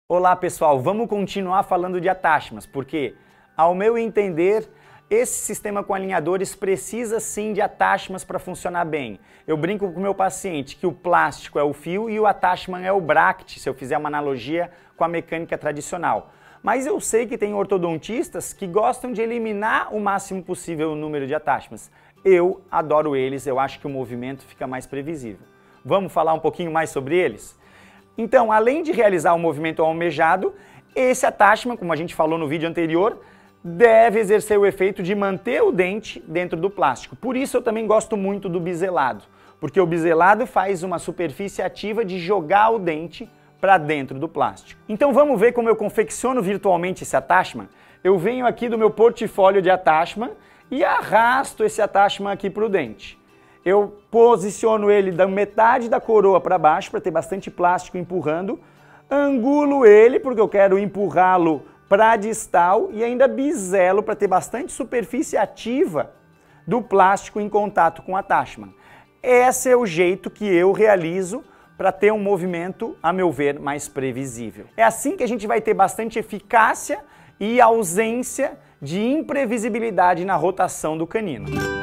Olá pessoal, vamos continuar falando de attachments, porque, ao meu entender, esse sistema com alinhadores precisa sim de attachments para funcionar bem. Eu brinco com o meu paciente que o plástico é o fio e o attachment é o bracket, se eu fizer uma analogia com a mecânica tradicional. Mas eu sei que tem ortodontistas que gostam de eliminar o máximo possível o número de attachments. Eu adoro eles, eu acho que o movimento fica mais previsível. Vamos falar um pouquinho mais sobre eles? Então, além de realizar o movimento almejado, esse attachment, como a gente falou no vídeo anterior, deve exercer o efeito de manter o dente dentro do plástico. Por isso eu também gosto muito do biselado, porque o biselado faz uma superfície ativa de jogar o dente para dentro do plástico. Então vamos ver como eu confecciono virtualmente esse attachment? Eu venho aqui do meu portfólio de attachment e arrasto esse attachment aqui para o dente. Eu posiciono ele da metade da coroa para baixo, para ter bastante plástico empurrando, angulo ele, porque eu quero empurrá-lo para a distal e ainda biselo para ter bastante superfície ativa do plástico em contato com o attachment. Esse é o jeito que eu realizo para ter um movimento, a meu ver, mais previsível. É assim que a gente vai ter bastante eficácia e ausência de imprevisibilidade na rotação do canino.